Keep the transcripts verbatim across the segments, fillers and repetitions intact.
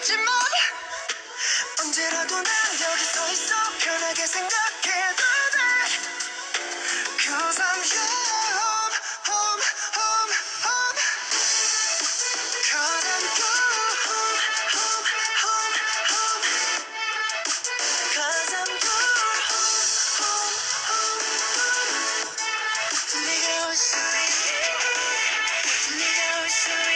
있지만 언제라도 난 여기 서 있어 편하게 생각해도 돼 Cause I'm your home, home, home, home Cause I'm your home, home, home, home Cause I'm your home, home, home, home 네가 웃음이 네가 웃음이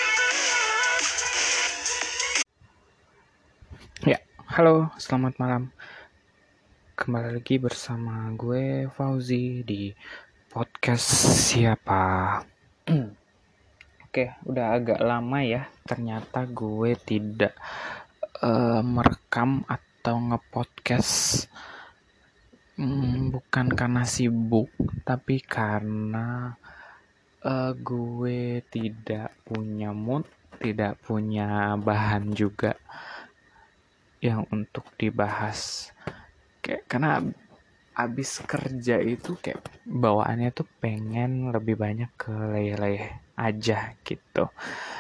Ya, halo, selamat malam. Kembali lagi bersama gue Fauzi di podcast siapa. Oke, udah agak lama ya. Ternyata gue tidak uh, merekam atau nge-podcast. Hmm, bukan karena sibuk, tapi karena uh, gue tidak punya mood, tidak punya bahan juga yang untuk dibahas. Kayak karena abis kerja itu kayak bawaannya tuh pengen lebih banyak ke leleh aja gitu.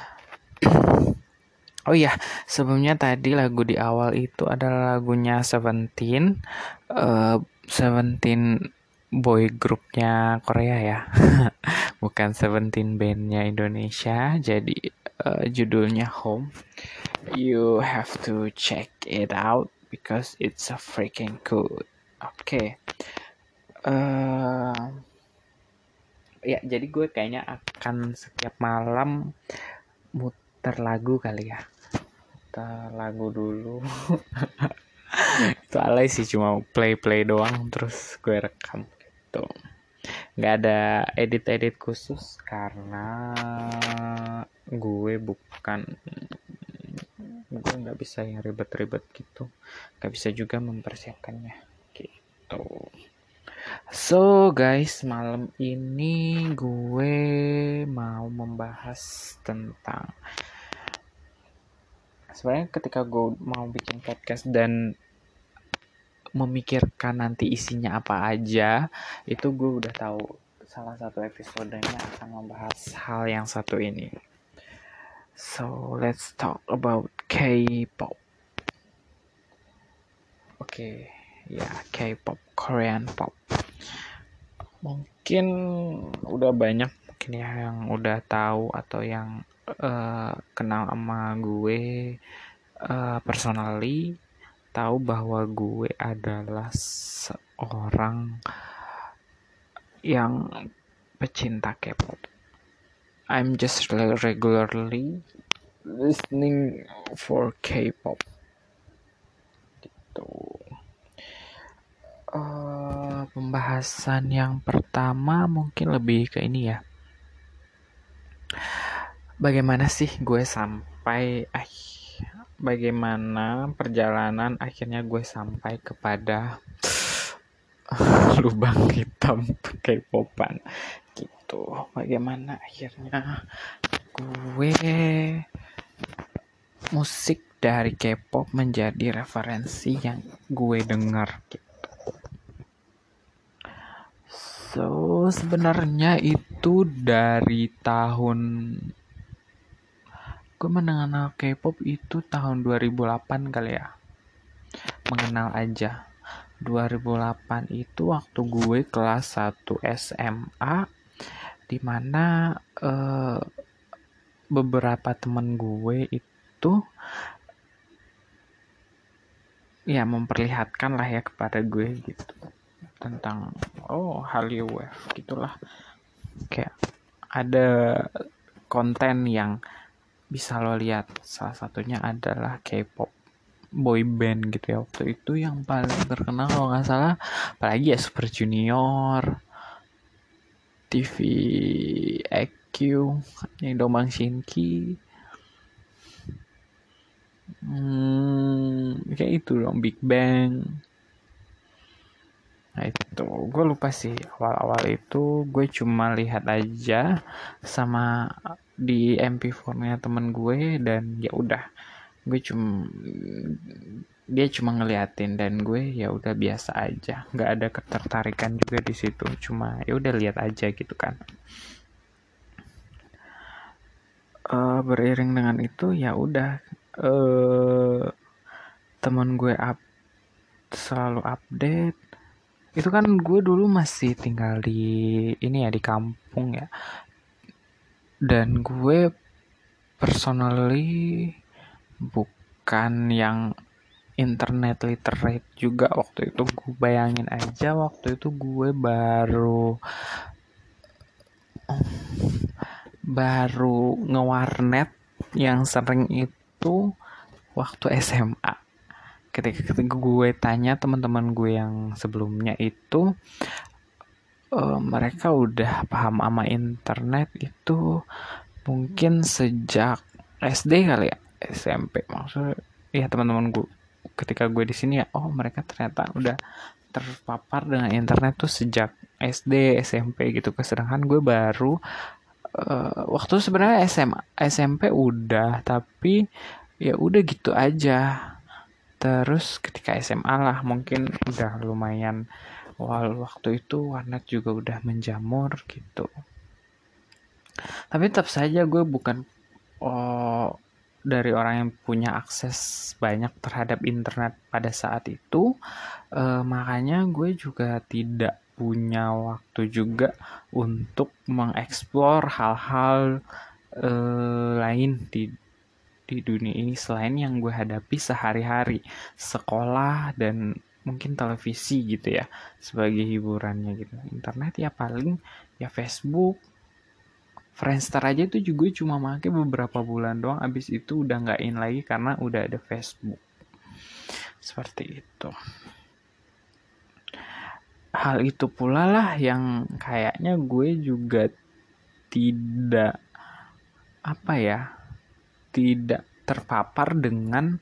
Oh iya, sebelumnya tadi lagu di awal itu adalah lagunya Seventeen, uh, Seventeen boy groupnya Korea ya, bukan Seventeen bandnya Indonesia. Jadi uh, judulnya Home. You have to check it out because it's a freaking good. Oke. Okay. Uh, ya, jadi gue kayaknya akan setiap malam muter lagu kali ya. Muter lagu dulu. Itu alay sih, cuma play-play doang terus gue rekam gitu. Nggak ada edit-edit khusus karena gue bukan gue nggak bisa yang ribet-ribet gitu, nggak bisa juga mempersiapkannya gitu. So guys, malam ini gue mau membahas tentang, sebenarnya ketika gue mau bikin podcast dan memikirkan nanti isinya apa aja, itu gue udah tahu salah satu episodenya akan membahas hal yang satu ini. So let's talk about K-pop. Oke, okay, ya K-pop, Korean pop. Mungkin udah banyak mungkin ya yang udah tahu atau yang uh, kenal sama gue uh, personally, tahu bahwa gue adalah seorang yang pecinta K-pop. I'm just regularly listening for K-pop. Gitu. Uh, pembahasan yang pertama mungkin lebih ke ini ya. Bagaimana sih gue sampai eh, bagaimana perjalanan akhirnya gue sampai kepada lubang hitam K-popan gitu. Bagaimana akhirnya gue musik dari K-pop menjadi referensi yang gue dengar gitu. So sebenarnya itu dari tahun gue mengenal K-pop itu tahun dua ribu delapan kali ya. Mengenal aja. dua ribu delapan itu waktu gue kelas satu S M A, dimana uh, beberapa temen gue itu ya memperlihatkan lah ya kepada gue gitu tentang oh Hallyu Wave gitulah, kayak ada konten yang bisa lo lihat, salah satunya adalah K-pop boy band gitu ya waktu itu yang paling terkenal kalau nggak salah, apalagi ya Super Junior, T V X Q, yang Domang Shinki, hmm, kayak itu dong, Big Bang. Nah itu gue lupa sih, awal-awal itu gue cuma lihat aja sama di M P four-nya temen gue dan ya udah, gue cuma dia cuma ngeliatin dan gue ya udah biasa aja, nggak ada ketertarikan juga di situ, cuma ya udah lihat aja gitu kan. Uh, beriring dengan itu ya udah eh teman gue up selalu update. Itu kan gue dulu masih tinggal di ini ya, di kampung ya. Dan gue personally bukan yang internet literate juga waktu itu. Gue bayangin aja waktu itu gue baru baru ngewarnet yang sering itu waktu S M A. Ketika, ketika gue tanya teman-teman gue yang sebelumnya itu, uh, mereka udah paham sama internet itu mungkin sejak S D kali ya, S M P maksudnya. Ya teman-teman gue ketika gue di sini ya, oh mereka ternyata udah terpapar dengan internet tuh sejak S D, S M P gitu. Sedangkan gue baru uh, waktu sebenarnya S M A, S M P udah, tapi ya udah gitu aja. Terus ketika S M A lah mungkin udah lumayan, waktu itu warnet juga udah menjamur gitu. Tapi tetap saja gue bukan oh, dari orang yang punya akses banyak terhadap internet pada saat itu. Uh, makanya gue juga tidak punya waktu juga untuk mengeksplor hal-hal uh, lain di di dunia ini selain yang gue hadapi sehari-hari, sekolah dan mungkin televisi gitu ya sebagai hiburannya gitu. Internet ya paling ya Facebook, Friendster aja itu juga cuma pakai beberapa bulan doang, abis itu udah nggak in lagi karena udah ada Facebook. Seperti itu. Hal itu pula lah yang kayaknya gue juga tidak apa ya, tidak terpapar dengan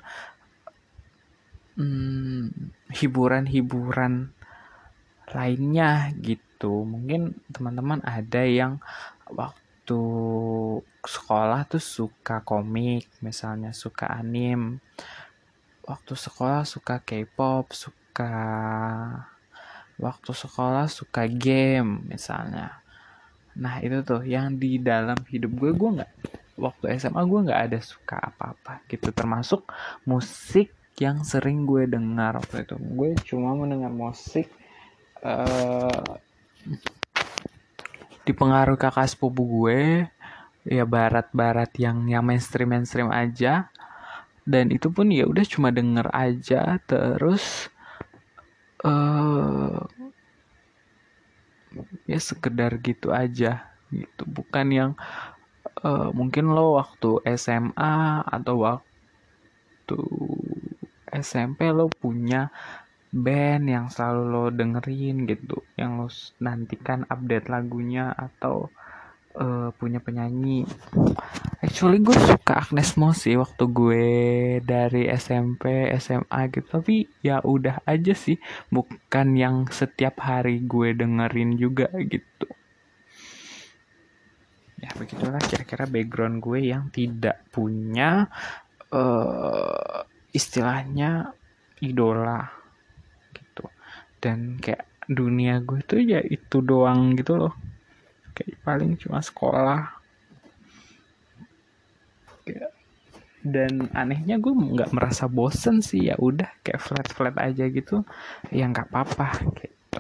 hmm, hiburan-hiburan lainnya gitu. Mungkin teman-teman ada yang waktu sekolah tuh suka komik, misalnya suka anim. Waktu sekolah suka K-pop, suka waktu sekolah suka game misalnya. Nah itu tuh yang di dalam hidup gue, gue nggak, waktu S M A gue nggak ada suka apa-apa gitu, termasuk musik yang sering gue dengar waktu itu. Gue cuma mendengar musik uh, dipengaruhi kakak sepupu gue, ya barat-barat yang yang mainstream mainstream aja. Dan itu pun ya udah cuma denger aja, terus uh, ya sekedar gitu aja gitu. Bukan yang uh, mungkin lo waktu S M A atau waktu S M P lo punya band yang selalu lo dengerin gitu, yang lo nantikan update lagunya atau uh, punya penyanyi. Actually gue suka Agnes Mo sih waktu gue dari S M P, S M A gitu. Tapi ya udah aja sih, bukan yang setiap hari gue dengerin juga gitu. Ya begitulah kira-kira background gue yang tidak punya uh, istilahnya idola gitu. Dan kayak dunia gue tuh ya itu doang gitu loh. Kayak paling cuma sekolah. Kayak, dan anehnya gue nggak merasa bosen sih, ya udah kayak flat flat aja gitu, ya nggak apa-apa gitu.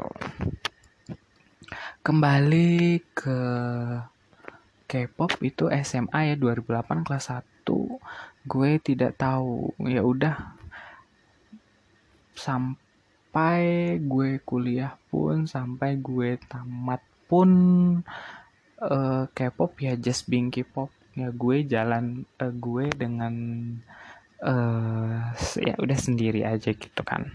Kembali ke K-pop itu S M A ya, dua ribu delapan kelas satu. Gue tidak tahu, ya udah sampai gue kuliah pun, sampai gue tamat pun uh, K-pop ya just being K-pop. Ya gue jalan uh, gue dengan uh, ya udah sendiri aja gitu kan.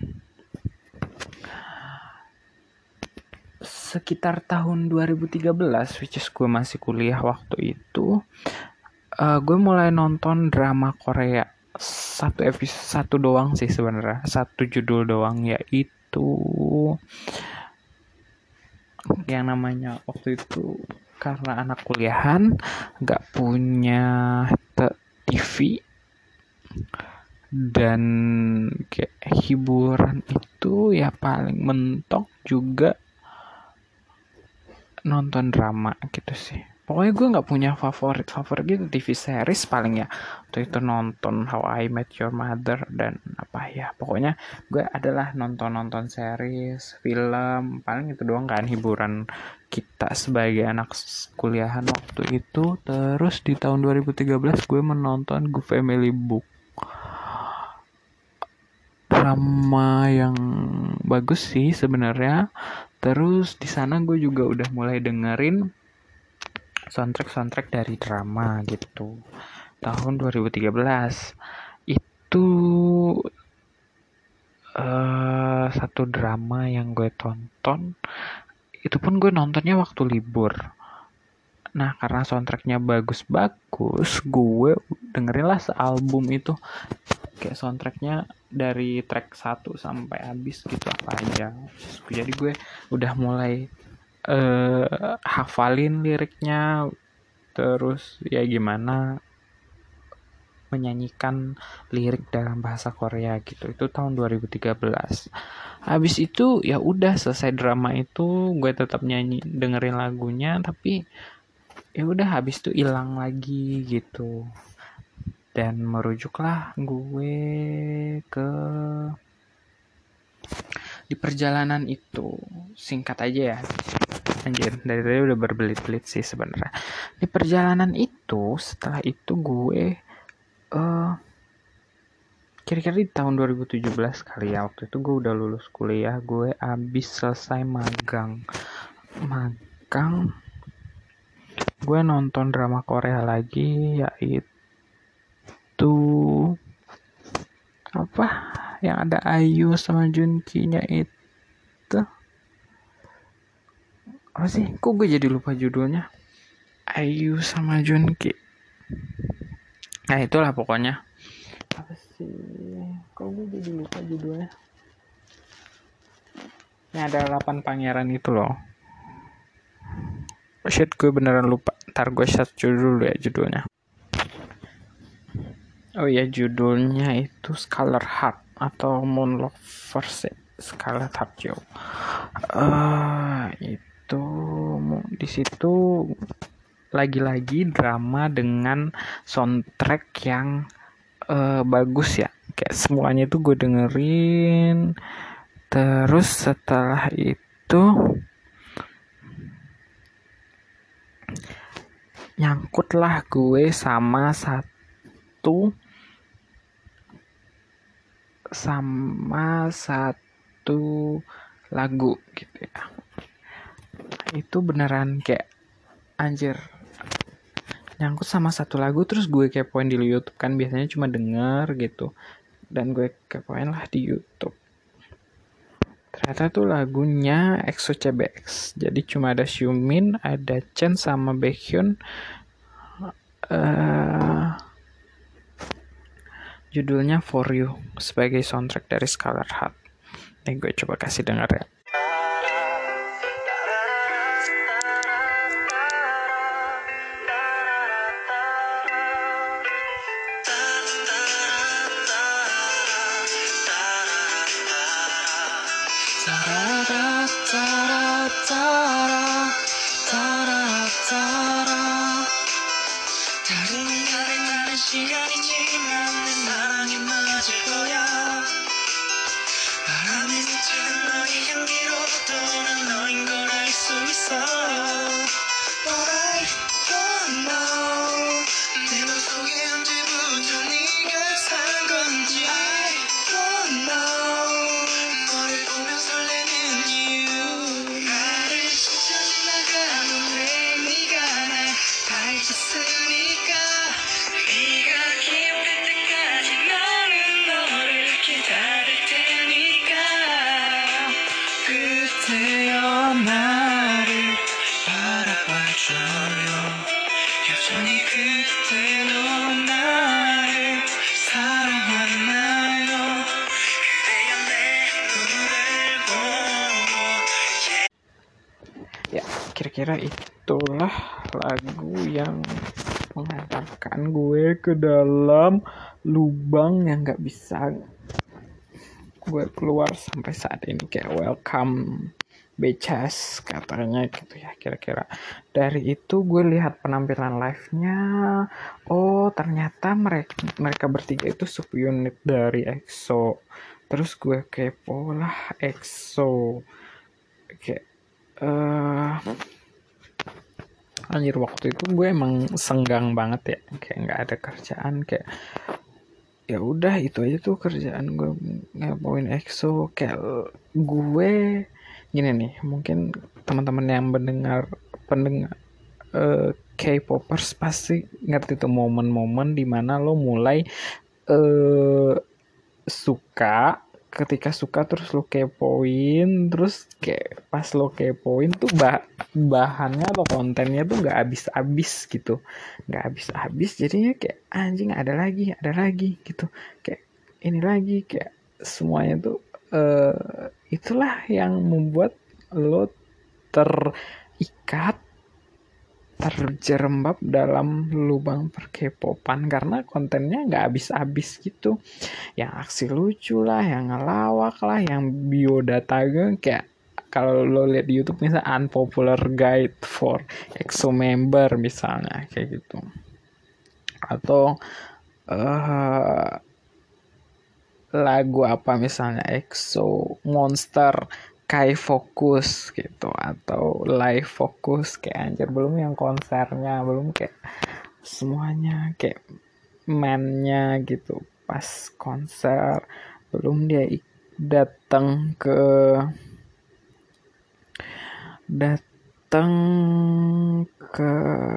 Sekitar tahun dua ribu tiga belas, which is gue masih kuliah waktu itu, uh, gue mulai nonton drama Korea. Satu episode, satu doang sih sebenarnya, satu judul doang, yaitu yang namanya waktu itu karena anak kuliahan nggak punya T V dan kayak hiburan itu ya paling mentok juga nonton drama gitu sih. pokoknya gue nggak punya favorit favorit gitu. T V series paling ya waktu itu nonton How I Met Your Mother dan apa ya, pokoknya gue adalah nonton nonton series, film, paling itu doang kan hiburan kita sebagai anak kuliahan waktu itu. Terus di tahun dua ribu tiga belas gue menonton Good Family Book, drama yang bagus sih sebenarnya. Terus di sana gue juga udah mulai dengerin soundtrack-soundtrack dari drama gitu. Tahun dua ribu tiga belas itu uh, satu drama yang gue tonton, itu pun gue nontonnya waktu libur. Nah, karena soundtracknya bagus-bagus, gue dengerin lah sealbum itu. Kayak soundtracknya dari track satu sampai habis gitu apa aja. Jadi gue udah mulai uh, hafalin liriknya, terus ya gimana menyanyikan lirik dalam bahasa Korea gitu. Itu tahun dua ribu tiga belas. Habis itu ya udah selesai drama itu, gue tetap nyanyi dengerin lagunya, tapi ya udah habis itu hilang lagi gitu. Dan merujuklah gue ke di perjalanan itu. Singkat aja ya. Anjir, dari tadi udah berbelit-belit sih sebenarnya. Di perjalanan itu, setelah itu gue uh, kira-kira di tahun dua ribu tujuh belas kali ya, waktu itu gue udah lulus kuliah, gue abis selesai magang. Magang, gue nonton drama Korea lagi, yaitu apa yang ada Ayu sama Junki-nya itu. Apa sih? Kok gue jadi lupa judulnya? Ayu sama Junki. Nah itulah pokoknya. Apa sih? Kok gue jadi lupa judulnya? Ini ada delapan pangeran itu loh. Oh shit, gue beneran lupa. Ntar gue search dulu ya judulnya. Oh iya, judulnya itu Scarlet Heart atau Moon Lovers, Scarlet Heart yo. Uh, itu di situ lagi-lagi drama dengan soundtrack yang uh, bagus ya. Kayak semuanya itu gue dengerin. Terus setelah itu nyangkutlah gue sama satu sama satu lagu gitu ya. Itu beneran kayak anjir, nyangkut sama satu lagu. Terus gue kepoin di YouTube kan, biasanya cuma denger gitu, dan gue kepoin lah di YouTube. Ternyata tuh lagunya E X O C B X. Jadi cuma ada Xiumin, ada Chen sama Baekhyun. Uh, judulnya For You sebagai soundtrack dari Scarlet Heart. Nih gue coba kasih denger ya. 시간이 지나면 내 사랑이 맞을 거야. 바람에 스치는 너의 향기로 또는 너인 걸 알 수 있어. But I don't know 내 맘속에 언제부터 네가 산 건지. I don't know 너를 보면 설레는 이유. 나를 스쳐 지나가는 매일 네가 날 밝혔으니까. 네가 기억할 때까지 나는 너를 기다릴 테니까. 그때여 나를 바라봐줘요. 여전히 그때도 나를 사랑하나요. 그대여 내 눈을 보고. Ya, kira-kira itulah lagu yang mengantarkan gue ke dalam lubang yang gak bisa gue keluar sampai saat ini. Kayak welcome Becas katanya gitu ya kira-kira. Dari itu gue lihat penampilan live-nya, oh ternyata mereka mereka bertiga itu subunit dari EXO. Terus gue kepo lah EXO, kayak eh anjir waktu itu gue emang senggang banget ya, kayak nggak ada kerjaan, kayak ya udah itu aja tuh kerjaan gue, ngepoin EXO. Kayak gue gini nih, mungkin teman-teman yang mendengar pendengar eh, K-popers pasti ngerti tuh momen-momen dimana lo mulai eh suka, ketika suka terus lo kepoin, terus kayak pas lo kepoin tuh bah bahannya atau kontennya tuh nggak habis-habis gitu, nggak habis-habis, jadinya kayak anjing ada lagi ada lagi gitu, kayak ini lagi, kayak semuanya tuh eh itulah yang membuat lo terikat, terjerembab dalam lubang perkepopan karena kontennya nggak habis-habis gitu, yang aksi lucu lah, yang ngelawak lah, yang biodata gue kayak kalau lo lihat di YouTube misalnya unpopular guide for EXO member misalnya kayak gitu, atau uh, lagu apa misalnya EXO Monster Kai Fokus gitu, atau Live Fokus, kayak anjir belum yang konsernya, belum kayak semuanya, kayak man-nya gitu pas konser, belum dia datang ke datang ke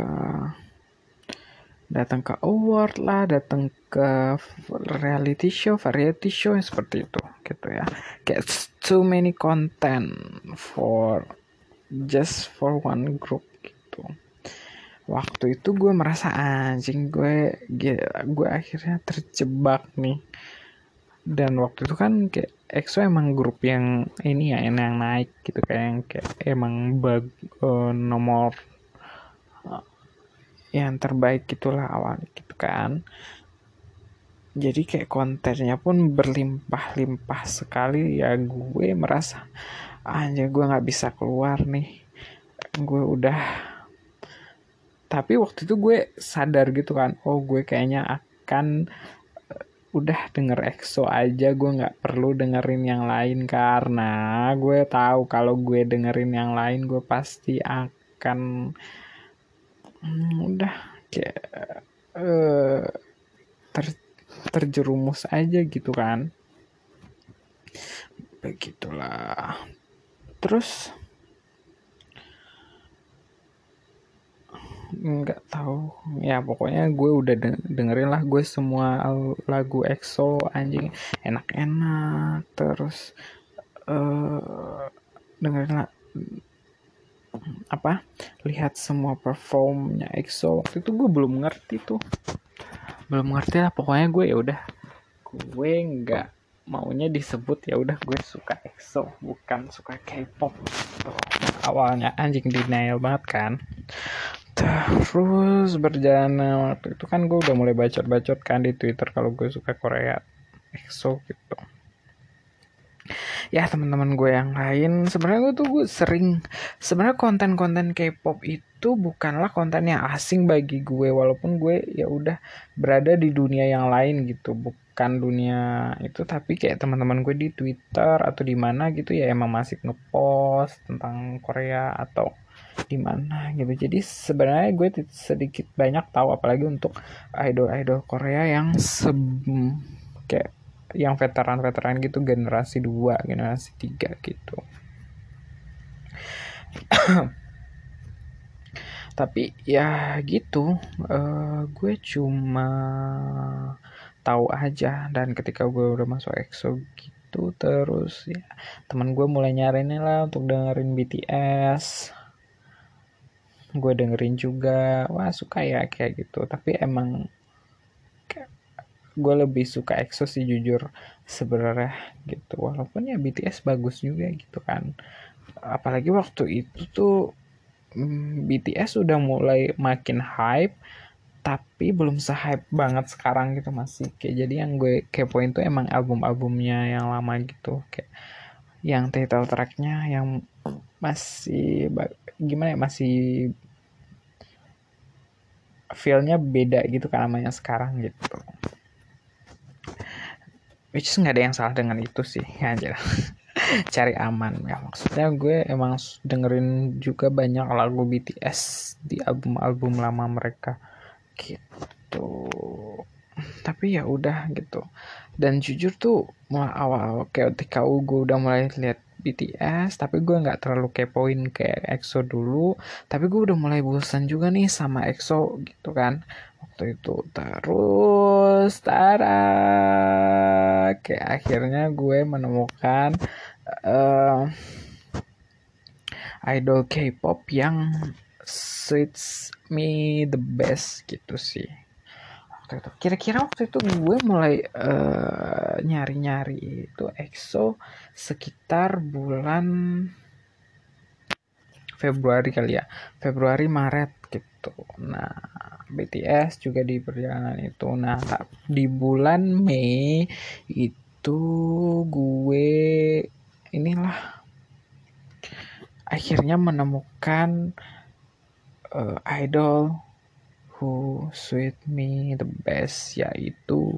datang ke award lah, datang ke reality show, variety show yang seperti itu gitu ya, kayak too many content for just for one group gitu. Waktu itu gue merasa anjing, gue gue akhirnya terjebak nih. Dan waktu itu kan kayak EXO emang grup yang ini ya, yang naik gitu, kayak yang kayak emang bag, uh, nomor uh, yang terbaik gitulah awalnya gitu kan. Jadi kayak kontennya pun berlimpah-limpah sekali ya, gue merasa anjir gue nggak bisa keluar nih, gue udah. Tapi waktu itu gue sadar gitu kan, oh gue kayaknya akan udah denger EXO aja, gue nggak perlu dengerin yang lain, karena gue tahu kalau gue dengerin yang lain gue pasti akan hmm, udah kayak uh, ter, terjerumus aja gitu kan, begitulah. Terus nggak tahu ya, pokoknya gue udah dengerin lah gue semua lagu EXO, anjing enak-enak. Terus uh, dengerin lah apa lihat semua performnya EXO. Waktu itu gue belum ngerti tuh, belum ngerti lah pokoknya. Gue ya udah, gue nggak maunya disebut, ya udah gue suka EXO bukan suka K-pop tuh. Awalnya anjing denial banget kan. Terus berjalan waktu itu kan gue udah mulai bacot-bacot kan di Twitter kalau gue suka Korea, EXO gitu. Ya teman-teman gue yang lain, sebenarnya gue tuh gue sering, sebenarnya konten-konten K-pop itu bukanlah konten yang asing bagi gue, walaupun gue ya udah berada di dunia yang lain gitu, bukan dunia itu, tapi kayak teman-teman gue di Twitter atau di mana gitu ya emang masih ngepost tentang Korea atau di mana gitu. Jadi sebenarnya gue sedikit banyak tahu, apalagi untuk idol-idol Korea yang se kayak yang veteran-veteran gitu, generasi dua, generasi tiga gitu. Tapi ya gitu, uh, gue cuma tahu aja. Dan ketika gue udah masuk EXO gitu, terus ya teman gue mulai nyariin lah untuk dengerin B T S. Gue dengerin juga, wah suka ya kayak gitu. Tapi emang gue lebih suka EXO sih jujur sebenarnya gitu, walaupun ya B T S bagus juga gitu kan. Apalagi waktu itu tuh B T S udah mulai makin hype, tapi belum se-hype banget sekarang gitu, masih kayak. Jadi yang gue kepoin tuh emang album-albumnya yang lama gitu, kayak yang title tracknya yang masih gimana ya, masih feel-nya beda gitu kan namanya sekarang gitu. Which is nggak ada yang salah dengan itu sih, aja cari aman ya. Maksudnya gue emang dengerin juga banyak lagu B T S di album-album lama mereka gitu. Tapi ya udah gitu. Dan jujur tuh mulai awal ketika gue udah mulai lihat B T S, tapi gue nggak terlalu kepoin kayak EXO dulu. Tapi gue udah mulai bosan juga nih sama EXO gitu kan waktu itu. Terus Tara kayak akhirnya gue menemukan uh, idol K-pop yang suits me the best gitu sih. Waktu itu kira-kira waktu itu gue mulai uh, nyari-nyari itu EXO sekitar bulan Februari kali ya, Februari Maret gitu. Nah B T S juga di perjalanan itu. Nah di bulan Mei itu gue inilah akhirnya menemukan uh, idol who suit me the best, yaitu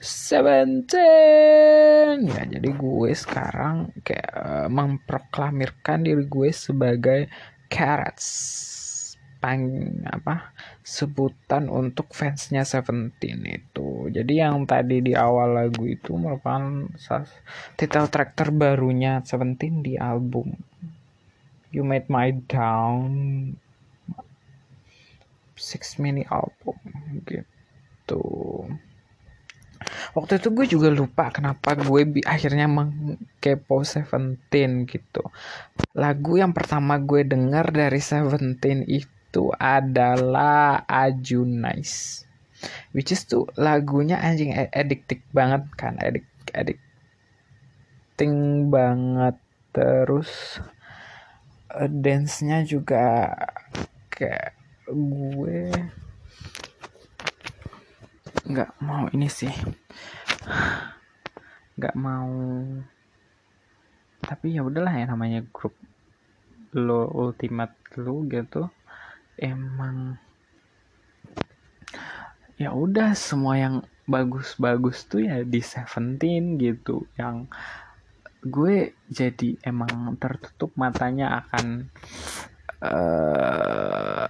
Seventeen. Ya jadi gue sekarang kayak uh, memproklamirkan diri gue sebagai Carrots, pang apa sebutan untuk fansnya Seventeen itu. Jadi yang tadi di awal lagu itu merupakan title track terbarunya Seventeen di album You Made My Down Six mini album gitu. Waktu itu gue juga lupa kenapa gue bi- akhirnya mengkepo Seventeen gitu. Lagu yang pertama gue dengar dari Seventeen itu adalah Aju Nice, which is tuh lagunya anjing addictive banget kan, addict addicting banget. Terus uh, dance-nya juga kayak gue nggak mau ini sih, nggak mau, tapi ya udahlah ya namanya grup lo ultimate lo gitu, emang ya udah semua yang bagus-bagus tuh ya di Seventeen gitu. Yang gue jadi emang tertutup matanya akan uh,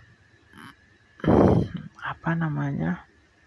apa namanya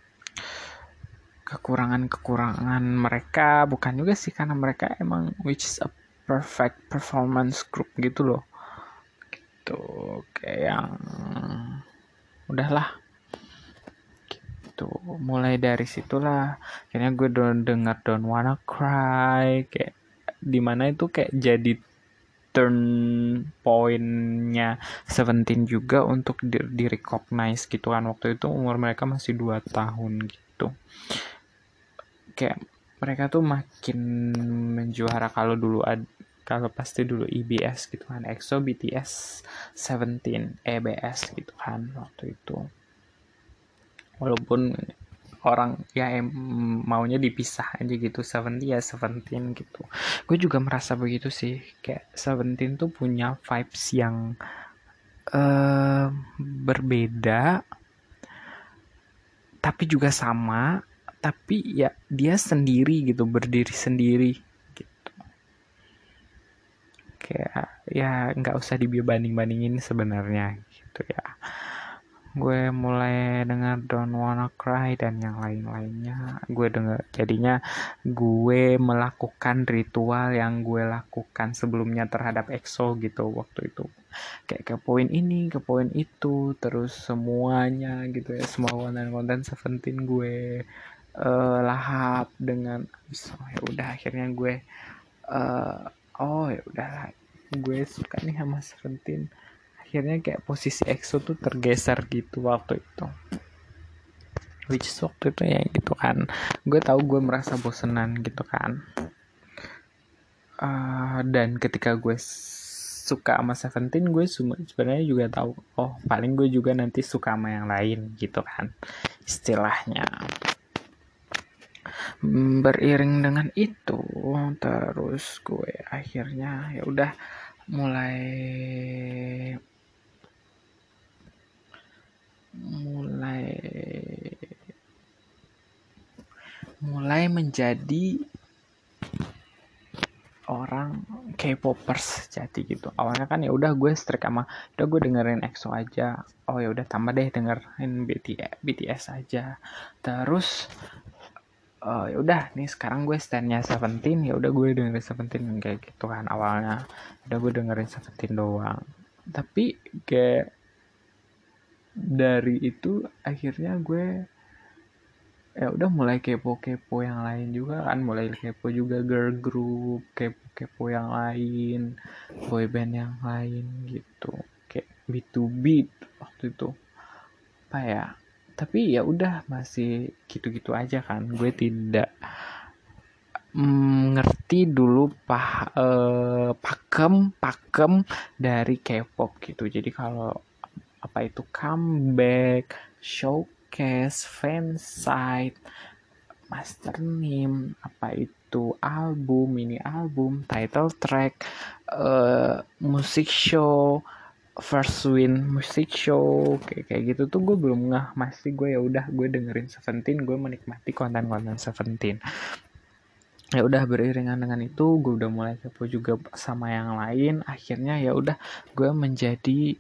kekurangan-kekurangan mereka. Bukan juga sih, karena mereka emang which is a perfect performance group gitu loh gitu. Kayak yang udahlah gitu. Mulai dari situlah akhirnya gue don't denger Don't Wanna Cry, kayak dimana itu kayak jadi turn pointnya Seventeen juga untuk di, di recognize gitu kan. Waktu itu umur mereka masih dua tahun gitu. Kayak mereka tuh makin menjuara. Kalau dulu ad, kalau pasti dulu E B S gitu kan, EXO, B T S, Seventeen, E B S gitu kan waktu itu. Walaupun orang ya em, maunya dipisah aja gitu, Seventeen ya Seventeen gitu. Gue juga merasa begitu sih, kayak Seventeen tuh punya vibes yang uh, berbeda tapi juga sama, tapi ya dia sendiri gitu, berdiri sendiri gitu. Kayak ya nggak usah dibanding-bandingin sebenarnya gitu ya. Gue mulai dengar Don't Wanna Cry dan yang lain-lainnya. Gue dengar, jadinya gue melakukan ritual yang gue lakukan sebelumnya terhadap EXO gitu waktu itu. Kayak ke poin ini, ke poin itu, terus semuanya gitu ya, semua konten-konten Seventeen gue uh, lahap dengan oh ya udah akhirnya gue uh, oh ya udahlah gue suka nih sama Seventeen. Akhirnya kayak posisi EXO tuh tergeser gitu waktu itu, which is waktu itu ya gitu kan. Gue tahu gue merasa bosenan gitu kan. Uh, dan ketika gue suka sama Seventeen, gue sebenarnya juga tahu oh paling gue juga nanti suka sama yang lain gitu kan istilahnya. Beriring dengan itu terus gue akhirnya ya udah mulai mulai mulai menjadi orang K-popers jadi gitu. Awalnya kan ya udah gue strike sama udah gue dengerin E X O aja. Oh ya udah tambah deh dengerin B T S, B T S aja. Terus uh, ya udah nih sekarang gue standnya Seventeen, ya udah gue dengerin Seventeen kayak gitu kan awalnya. Udah gue dengerin Seventeen doang. Tapi kayak dari itu akhirnya gue ya udah mulai kepo-kepo yang lain juga kan, mulai kepo juga girl group, kepo-kepo yang lain, boy band yang lain gitu, kayak B two B waktu itu apa ya. Tapi ya udah masih gitu-gitu aja kan, gue tidak mm, ngerti dulu pah eh, pakem pakem dari K-pop gitu. Jadi kalau apa itu comeback, showcase, fansite, master name, apa itu album, mini album, title track, uh, musik show, first win musik show, kayak kayak gitu tuh gue belum ngeh. Masih gue ya udah gue dengerin Seventeen, gue menikmati konten-konten Seventeen. Ya udah beriringan dengan itu gue udah mulai kepo juga sama yang lain. Akhirnya ya udah gue menjadi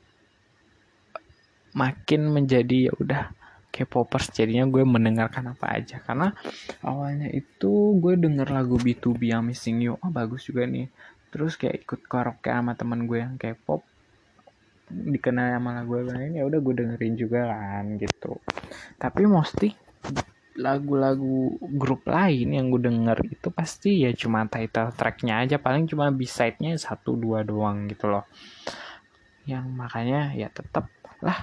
makin menjadi ya udah K-popers, jadinya gue mendengarkan apa aja karena awalnya itu gue denger lagu B two B yang Missing You, oh bagus juga nih, terus kayak ikut karaoke sama teman gue yang K-pop, dikenal sama lagu lain, ya udah gue dengerin juga kan gitu. Tapi mostly lagu-lagu grup lain yang gue denger itu pasti ya cuma title tracknya aja, paling cuma B-side-nya satu dua doang gitu loh, yang makanya ya tetap lah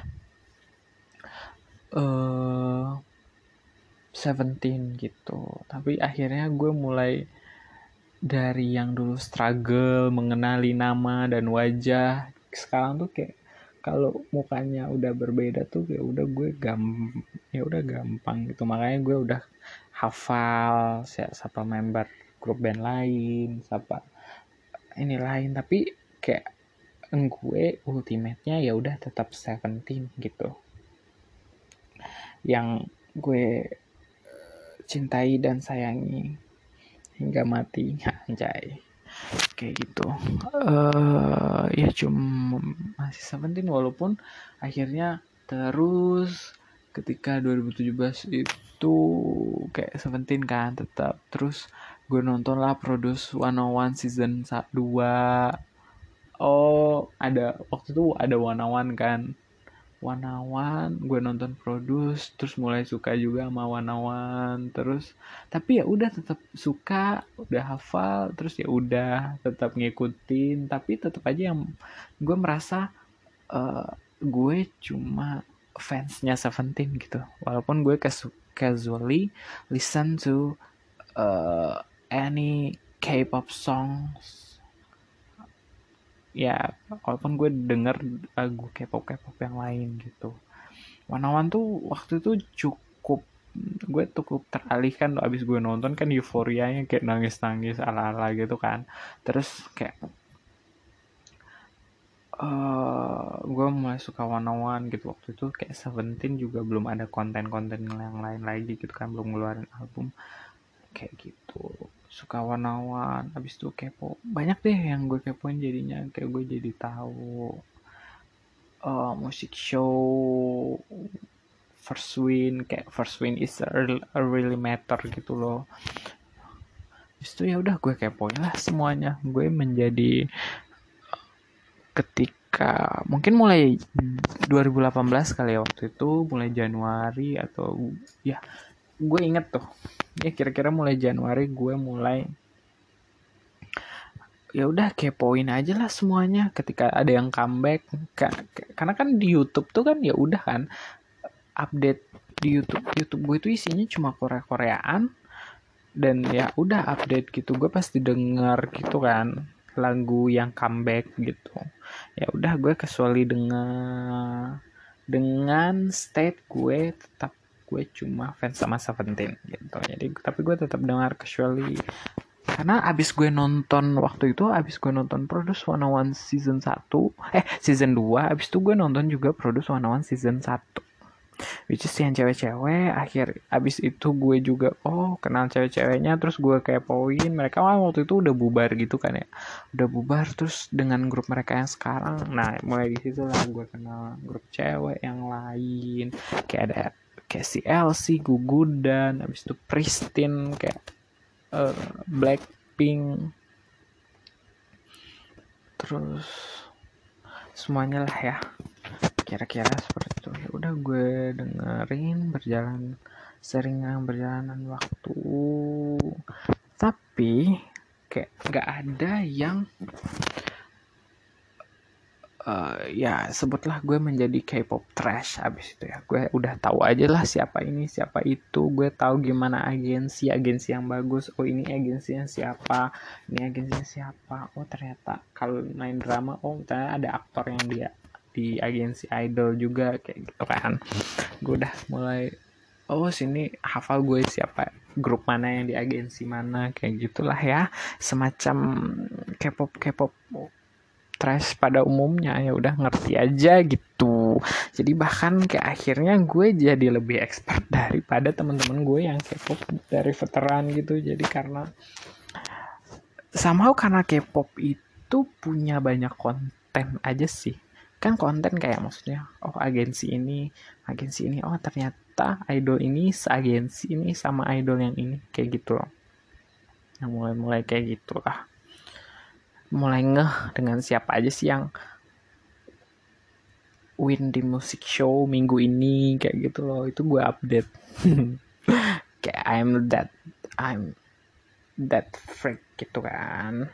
uh, Seventeen gitu. Tapi akhirnya gue mulai dari yang dulu struggle mengenali nama dan wajah, sekarang tuh kayak kalau mukanya udah berbeda tuh kayak udah gue gam ya udah gampang gitu. Makanya gue udah hafal siapa member grup band lain, siapa ini lain, tapi kayak gue ultimate-nya ya udah tetap Seventeen gitu. Yang gue cintai dan sayangi hingga mati, anjay, kayak gitu. Uh, ya cuma masih Seventeen, walaupun akhirnya terus ketika dua ribu tujuh belas itu kayak Seventeen kan tetap, terus gue nonton lah Produce one oh one season dua. Oh ada waktu itu ada one oh one kan, Wanawan, gue nonton Produce, terus mulai suka juga sama Wanawan, terus tapi ya udah tetap suka, udah hafal, terus ya udah tetap ngikutin, tapi tetap aja yang gue merasa uh, gue cuma fansnya Seventeen gitu, walaupun gue casually listen to uh, any K-pop songs. Ya walaupun gue denger lagu K-pop K-pop yang lain gitu. Wanawan tuh waktu itu cukup, gue cukup teralihkan tuh abis gue nonton kan, euforianya kayak nangis-nangis ala-ala gitu kan. Terus kayak uh, gue mulai suka Wanawan gitu. Waktu itu kayak Seventeen juga belum ada konten-konten yang lain lagi gitu kan, belum ngeluarin album kayak gitu. Suka Wanawan, abis itu kepo, banyak deh yang gue kepoin, jadinya kayak gue jadi tahu uh, musik show, first win, kayak first win is a, a really matter gitu loh. Habis itu ya udah gue kepoin lah semuanya. Gue menjadi ketika mungkin mulai dua ribu delapan belas kali ya, waktu itu mulai Januari atau ya gue inget tuh ya kira-kira mulai Januari gue mulai ya udah kepoin aja lah semuanya ketika ada yang comeback. Karena kan di YouTube tuh kan ya udah kan update di YouTube YouTube gue itu isinya cuma Korea-Koreaan, dan ya udah update gitu, gue pasti denger gitu kan lagu yang comeback gitu. Ya udah gue kecuali dengan dengan state gue tetap gue cuma fans sama Seventeen gitu. Jadi tapi gue tetap dengar kecuali Karena abis gue nonton waktu itu, abis gue nonton Produce seratus satu season satu, eh season dua, abis itu gue nonton juga Produce seratus satu season satu. Which is yang cewek-cewek. Akhir abis itu gue juga oh kenal cewek-ceweknya, terus gue kepoin mereka waktu itu udah bubar gitu kan ya, udah bubar terus dengan grup mereka yang sekarang. Nah mulai di situ lah gue kenal grup cewek yang lain, kayak ada kayak si Elsie, Gugudan, abis itu Pristine, kayak uh, Blackpink, terus semuanya lah ya, kira-kira seperti itu. Ya udah gue dengerin berjalan seringan berjalanan waktu, tapi kayak nggak ada yang uh, ya sebutlah gue menjadi K-pop trash. Abis itu ya gue udah tahu aja lah siapa ini siapa itu, gue tahu gimana agensi agensi yang bagus. Oh ini agensinya siapa, ini agensinya siapa. Oh ternyata kalau main drama, oh ternyata ada aktor yang dia di agensi idol juga, kayak gitu kan. Gue udah mulai oh sini hafal gue siapa grup mana yang di agensi mana, kayak gitulah ya, semacam K-pop K-pop trash pada umumnya. Ya udah ngerti aja gitu. Jadi bahkan kayak akhirnya gue jadi lebih expert daripada teman-teman gue yang K-pop dari veteran gitu. Jadi karena somehow karena K-pop itu punya banyak konten aja sih. Kan konten kayak maksudnya oh agensi ini, agensi ini, oh ternyata idol ini seagensi ini sama idol yang ini, kayak gitu loh. Nah mulai-mulai kayak gitu lah. Mulai ngeh dengan siapa aja sih yang win di musik show minggu ini, kayak gitu loh. Itu gue update. Kayak I'm that I'm that freak gitu kan.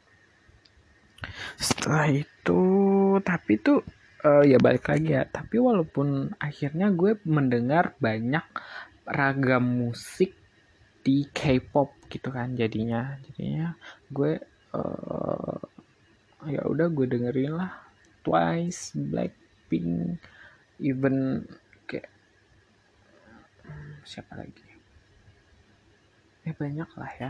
Setelah itu tapi tuh uh, ya balik lagi ya, tapi walaupun akhirnya gue mendengar banyak ragam musik di K-pop gitu kan, jadinya jadinya gue uh, ya udah gue dengerin lah Twice, Blackpink, even kayak siapa lagi ya, banyak lah ya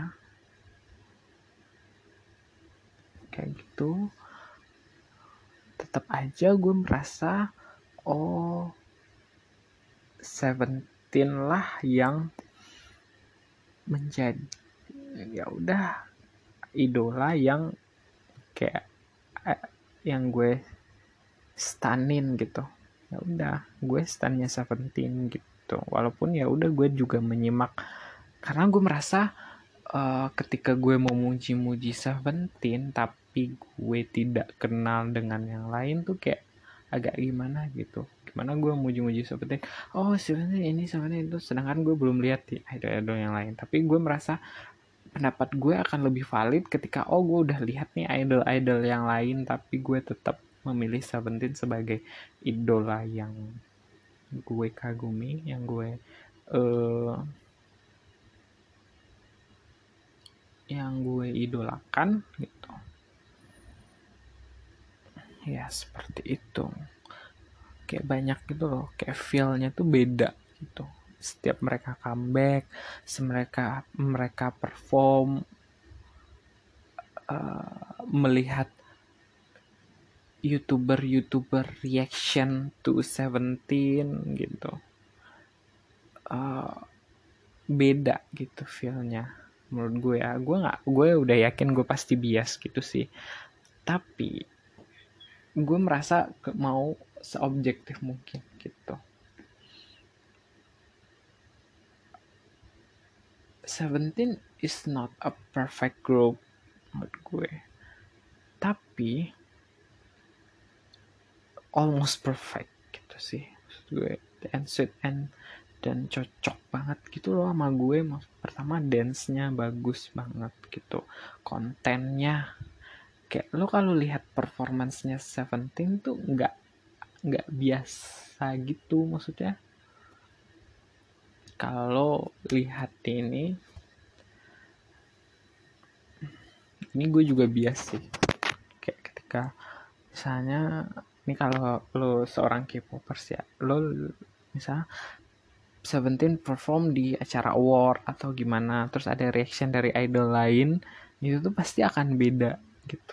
kayak gitu. Tetap aja gue merasa oh Seventeen lah yang menjadi ya udah idola yang kayak eh, yang gue stanin gitu. Ya udah gue stannya Seventeen gitu, walaupun ya udah gue juga menyimak karena gue merasa uh, ketika gue mau muji-muji Seventeen tapi gue tidak kenal dengan yang lain tuh kayak agak gimana gitu. Gimana gue muji-muji Seventeen, oh Seventeen ini Seventeen itu, sedangkan gue belum lihat di idol-idol yang lain. Tapi gue merasa pendapat gue akan lebih valid ketika oh gue udah lihat nih idol-idol yang lain tapi gue tetap memilih Seventeen sebagai idola yang gue kagumi, yang gue uh, yang gue idolakan gitu. Ya seperti itu. Kayak banyak gitu loh, kayak feel-nya tuh beda gitu. Setiap mereka comeback, mereka mereka perform, uh, melihat YouTuber-YouTuber reaction to Seventeen gitu. Uh, beda gitu feel-nya menurut gue ya. Gue nggak, gue udah yakin gue pasti bias gitu sih. Tapi gue merasa mau seobjektif mungkin gitu. Seventeen is not a perfect group menurut gue, tapi almost perfect gitu sih maksud gue. And sweet and dan cocok banget gitu loh sama gue. Pertama dance-nya bagus banget gitu, kontennya kayak lo kalau lihat performance-nya Seventeen tuh nggak nggak biasa gitu maksudnya. Kalau lihat ini ini gue juga bias sih, kayak ketika misalnya ini kalau lo seorang K-popers ya, lo misalnya Seventeen perform di acara award atau gimana, terus ada reaction dari idol lain, itu tuh pasti akan beda gitu.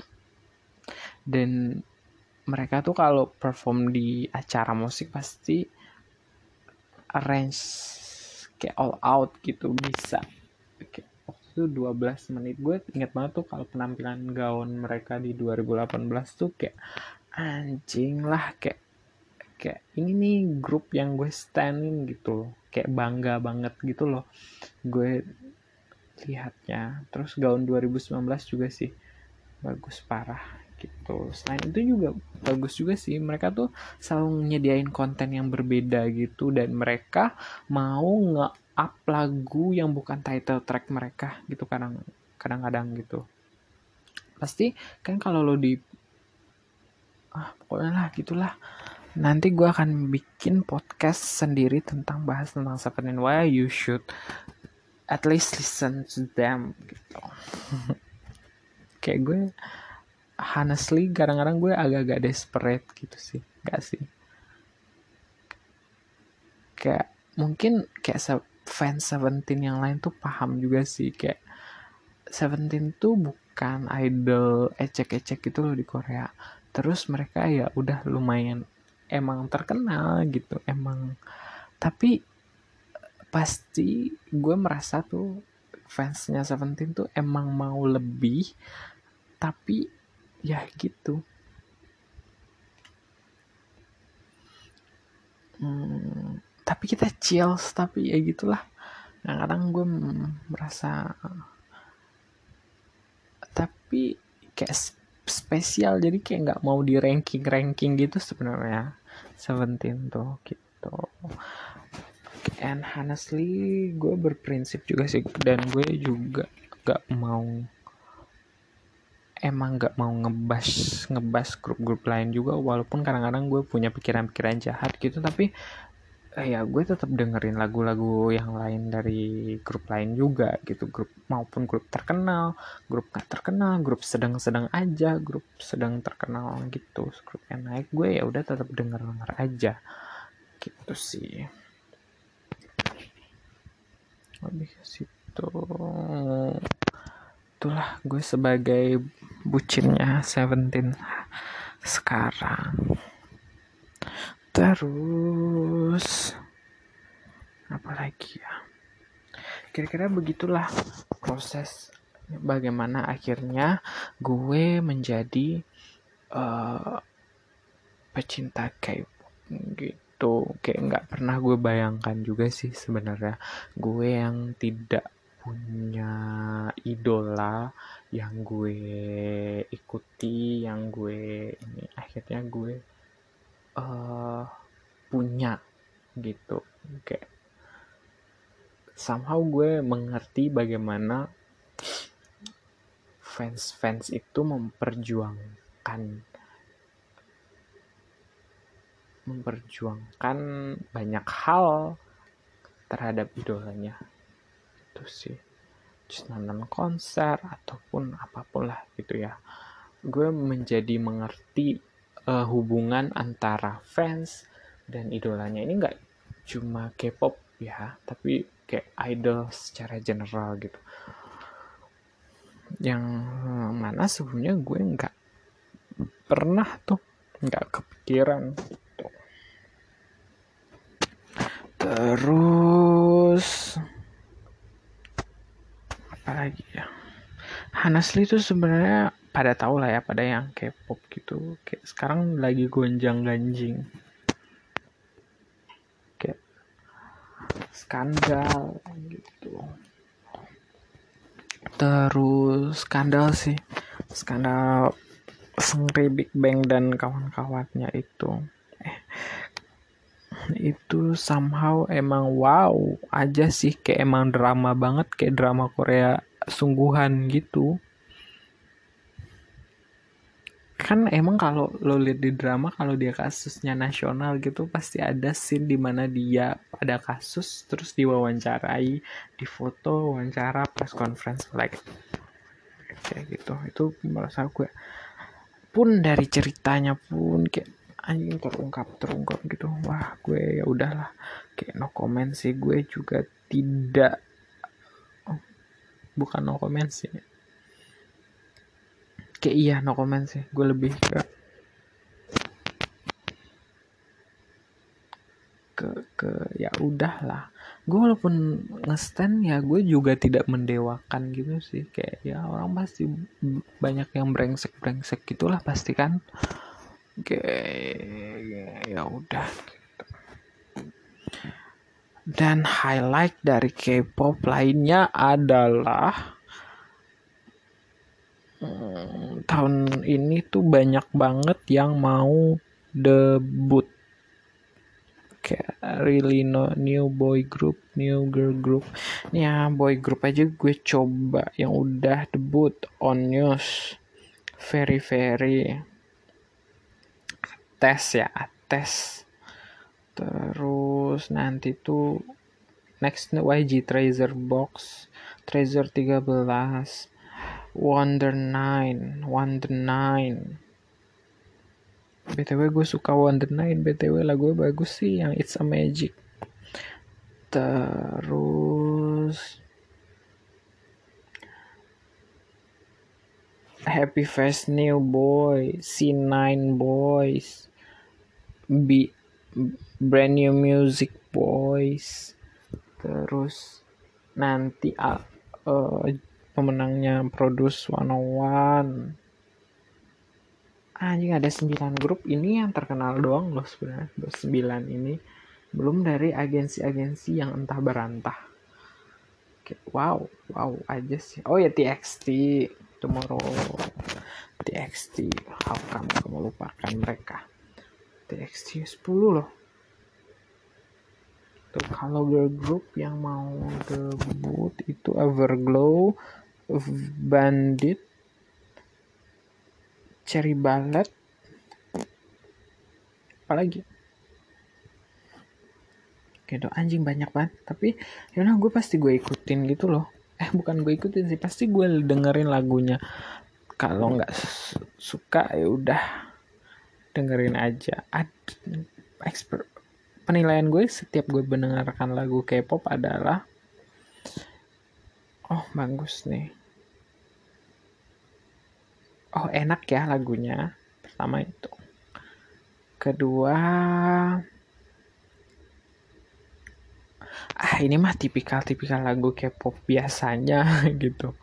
Dan mereka tuh kalau perform di acara musik pasti arrange kayak all out gitu, bisa kayak waktu itu dua belas menit. Gue inget banget tuh kalau penampilan gaun mereka di dua ribu delapan belas tuh kayak anjing lah, kayak kayak ini nih grup yang gue standin gitu loh, kayak bangga banget gitu loh gue lihatnya. Terus gaun dua ribu sembilan belas juga sih bagus parah gitu. Selain itu juga bagus juga sih, mereka tuh selalu nyediain konten yang berbeda gitu, dan mereka mau nge-up lagu yang bukan title track mereka gitu. Kadang kadang-kadang gitu pasti kan kalau lo di ah pokoknya lah gitulah. Nanti gue akan bikin podcast sendiri tentang bahas tentang Seventeen, why you should at least listen to them gitu. Kayak gue honestly kadang-kadang gue agak-agak desperate gitu sih, gak sih? Kayak mungkin kayak fans Seventeen yang lain tuh paham juga sih, kayak Seventeen tuh bukan idol ecek-ecek gitu loh di Korea. Terus mereka ya udah lumayan emang terkenal gitu, emang. Tapi pasti gue merasa tuh fansnya Seventeen tuh emang mau lebih, tapi ya gitu. Hmm, tapi kita chills, tapi ya gitulah. Kadang-kadang gue merasa, tapi kayak spesial, jadi kayak nggak mau di ranking ranking gitu sebenarnya Seventeen tuh gitu. And honestly gue berprinsip juga sih, dan gue juga nggak mau emang nggak mau ngebas ngebas grup-grup lain juga, walaupun kadang-kadang gue punya pikiran-pikiran jahat gitu, tapi eh, ya gue tetap dengerin lagu-lagu yang lain dari grup lain juga gitu, grup maupun grup terkenal, grup gak terkenal, grup sedang-sedang aja, grup sedang terkenal gitu, grup yang naik gue ya udah tetap denger-denger aja gitu sih. Lebih ke situ. Itulah gue sebagai bucinnya Seventeen sekarang. Terus apa lagi ya? Kira-kira begitulah proses bagaimana akhirnya gue menjadi uh, pecinta K-pop gitu. Kayak nggak pernah gue bayangkan juga sih sebenarnya gue yang tidak punya idola yang gue ikuti, yang gue ini akhirnya gue uh, punya gitu. Kayak somehow gue mengerti bagaimana fans-fans itu memperjuangkan memperjuangkan banyak hal terhadap idolanya itu sih, just nonton konser ataupun apapun lah gitu ya. Gue menjadi mengerti uh, hubungan antara fans dan idolanya ini nggak cuma K-pop ya, tapi kayak idol secara general gitu, yang mana sebelumnya gue nggak pernah tuh, nggak kepikiran tuh. Terus apa lagi ya, honestly tuh sebenarnya pada tahu lah ya, pada yang K-pop gitu kayak sekarang lagi gonjang-ganjing kayak skandal gitu. Terus skandal sih, skandal Seungri, Big Bang dan kawan-kawannya itu eh, itu somehow emang wow aja sih, kayak emang drama banget, kayak drama Korea sungguhan gitu. Kan emang kalau lo lihat di drama, kalau dia kasusnya nasional gitu pasti ada scene di mana dia ada kasus terus diwawancarai, difoto, wawancara, press conference like kayak gitu. Itu merasa gue pun dari ceritanya pun kayak anjing terungkap terungkap gitu. Wah gue ya udahlah, kayak no comment sih. Gue juga tidak, oh, bukan no comment sih, kayak iya no comment sih. Gue lebih ke ke ke ya udahlah. Gue walaupun nge-stand ya gue juga tidak mendewakan gitu sih. Kayak ya orang pasti banyak yang brengsek-brengsek gitulah pasti kan. Kayak ya udah. Dan highlight dari K-pop lainnya adalah hmm, tahun ini tuh banyak banget yang mau debut, kayak really no new boy group, new girl group. Nih ya boy group aja gue coba yang udah debut on news. Very very tes ya tes. Terus nanti tuh next Y G Treasure Box, Treasure tiga belas, Wonder Nine, Wonder Nine. B T W gue suka Wonder Nine, B T W lagunya bagus sih yang It's a Magic. Terus Happy Fest New Boy, C nine Boys, B Brand New Music Boys. Terus nanti uh, uh, pemenangnya Produce seratus satu. Anjing ada sembilan grup, ini yang terkenal doang loh sebenarnya. sembilan ini belum dari agensi-agensi yang entah berantah. Oke, wow, wow aja sih. Oh ya T X T, Tomorrow, T X T, how come kamu lupakan mereka? T X T sepuluh loh. Tuh, kalau girl group yang mau debut itu Everglow, Bandit, Cherry Ballet, apalagi gitu. Anjing banyak banget, tapi yaudah gue pasti gue ikutin gitu loh. Eh bukan gue ikutin sih, pasti gue dengerin lagunya. Kalau nggak suka ya udah dengerin aja. Ad, expert, penilaian gue setiap gue mendengarkan lagu K-pop adalah oh bagus nih, oh enak ya lagunya. Pertama itu. Kedua, ah ini mah tipikal-tipikal lagu K-pop biasanya gitu.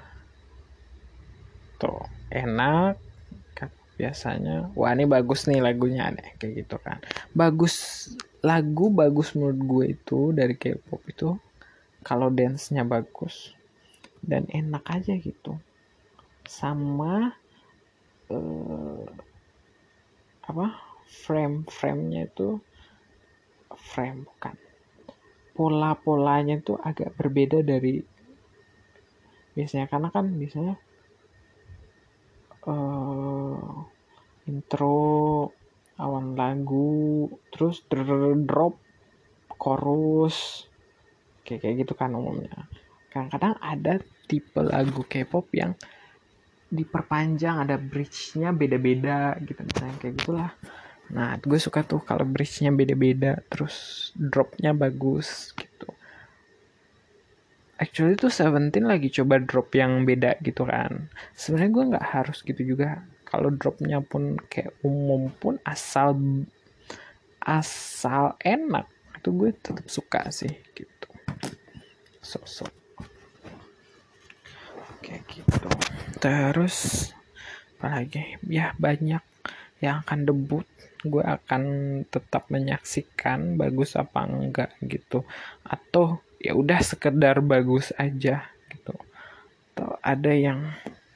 Tuh, enak biasanya. Wah, ini bagus nih lagunya nih, kayak gitu kan. Bagus, lagu bagus menurut gue itu dari K-pop itu kalau dance-nya bagus dan enak aja gitu. Sama eh, apa? Frame-framenya itu frame bukan. Pola-polanya itu agak berbeda dari biasanya, karena kan biasanya uh, intro awal lagu terus drop chorus kayak kayak gitu kan umumnya. Kadang-kadang ada tipe lagu K-pop yang diperpanjang, ada bridge-nya beda-beda gitu misalnya kayak gitulah. Nah gue suka tuh kalau bridge-nya beda-beda terus drop-nya bagus gitu. Actually tuh Seventeen lagi coba drop yang beda gitu kan. Sebenarnya gue nggak harus gitu juga. Kalau dropnya pun kayak umum pun asal asal enak itu gue tetap suka sih gitu. So-so. Kayak gitu. Terus apalagi ya banyak yang akan debut. Gue akan tetap menyaksikan bagus apa enggak gitu. Atau ya udah sekedar bagus aja gitu. Atau ada yang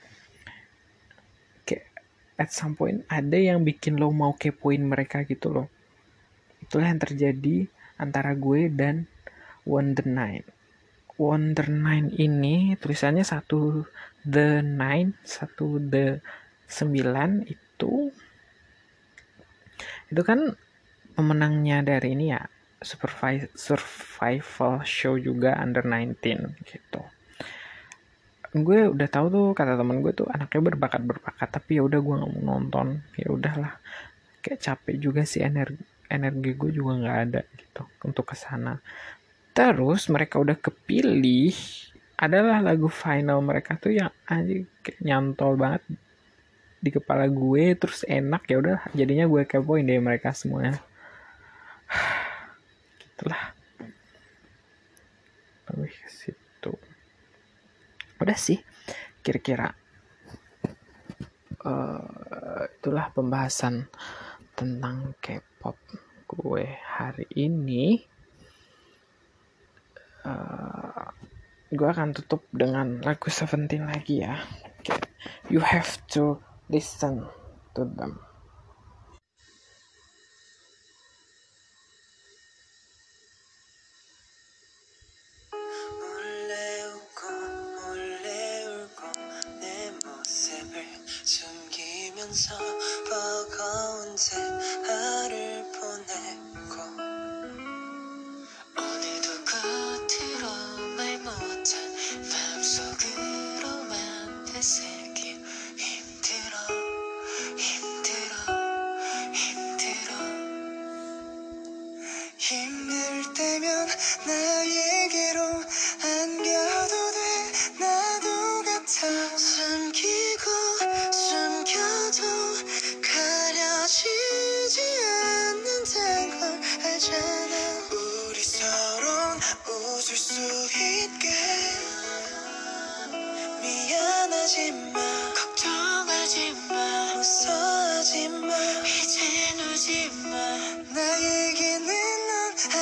kayak at some point ada yang bikin lo mau kepoin mereka gitu loh. Itulah yang terjadi antara gue dan Wonder Nine. Wonder Nine ini tulisannya satu The Nine, satu The Sembilan itu itu kan pemenangnya dari ini ya survival show juga under nineteen gitu. Gue udah tahu tuh kata temen gue tuh anaknya berbakat berbakat tapi ya udah gue nggak mau nonton, ya udahlah kayak capek juga sih, energi energi gue juga nggak ada gitu untuk kesana. Terus mereka udah kepilih, adalah lagu final mereka tuh yang anjing kayak nyantol banget di kepala gue, terus enak, ya udah jadinya gue kepoin deh mereka semuanya. Gitulah, lebih ke situ. Udah sih kira-kira uh, itulah pembahasan tentang K-pop gue hari ini. Uh, gue akan tutup dengan lagu Seventeen lagi ya. Okay. You have to listen to them. 숨기면서 버거운 대화를 보내고 오늘도 겉으로 말 못한 마음속으로만 되새길 힘들어 힘들어 힘들어 힘들 때면 나에게로 안겨도 돼 나도 같아 숨기고 숨겨도 가려지지 않는다는 걸 알잖아 우리 서로 웃을 수 있게 미안하지마 걱정하지마 무서워하지마 이제 울지마 나에게는 넌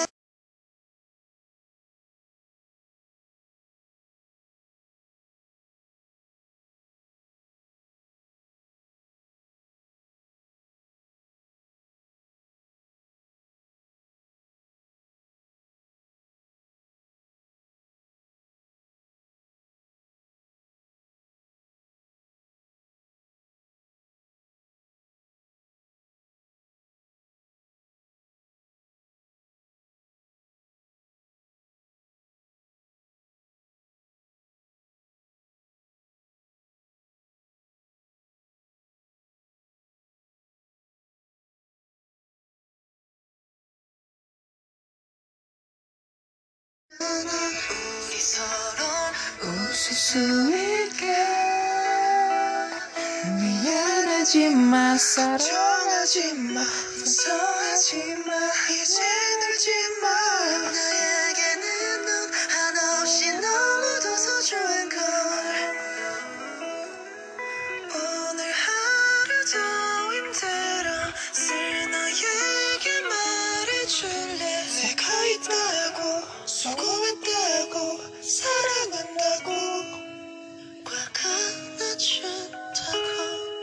우리 서로 웃을 수 있게 미안하지마 사랑하지마 무서워하지마 이제 울지마 나에게는 넌 한없이 너무도 소중한 걸 오늘 하루도 힘들어 쓸 너에게 말해줄래 내가 있다고 수고했다고 사랑한다고 꽉 안아준다고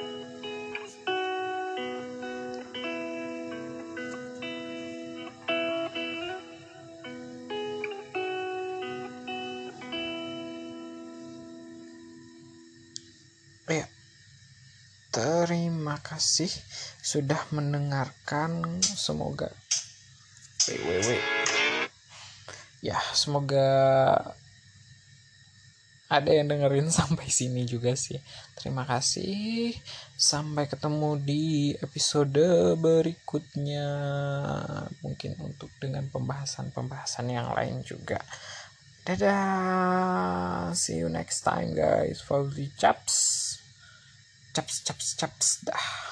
Ya, terima kasih sudah mendengarkan. Semoga www ya semoga ada yang dengerin sampai sini juga sih. Terima kasih, sampai ketemu di episode berikutnya, mungkin untuk dengan pembahasan-pembahasan yang lain juga. Dadah, see you next time guys. Follow the chaps chaps chaps chaps dah.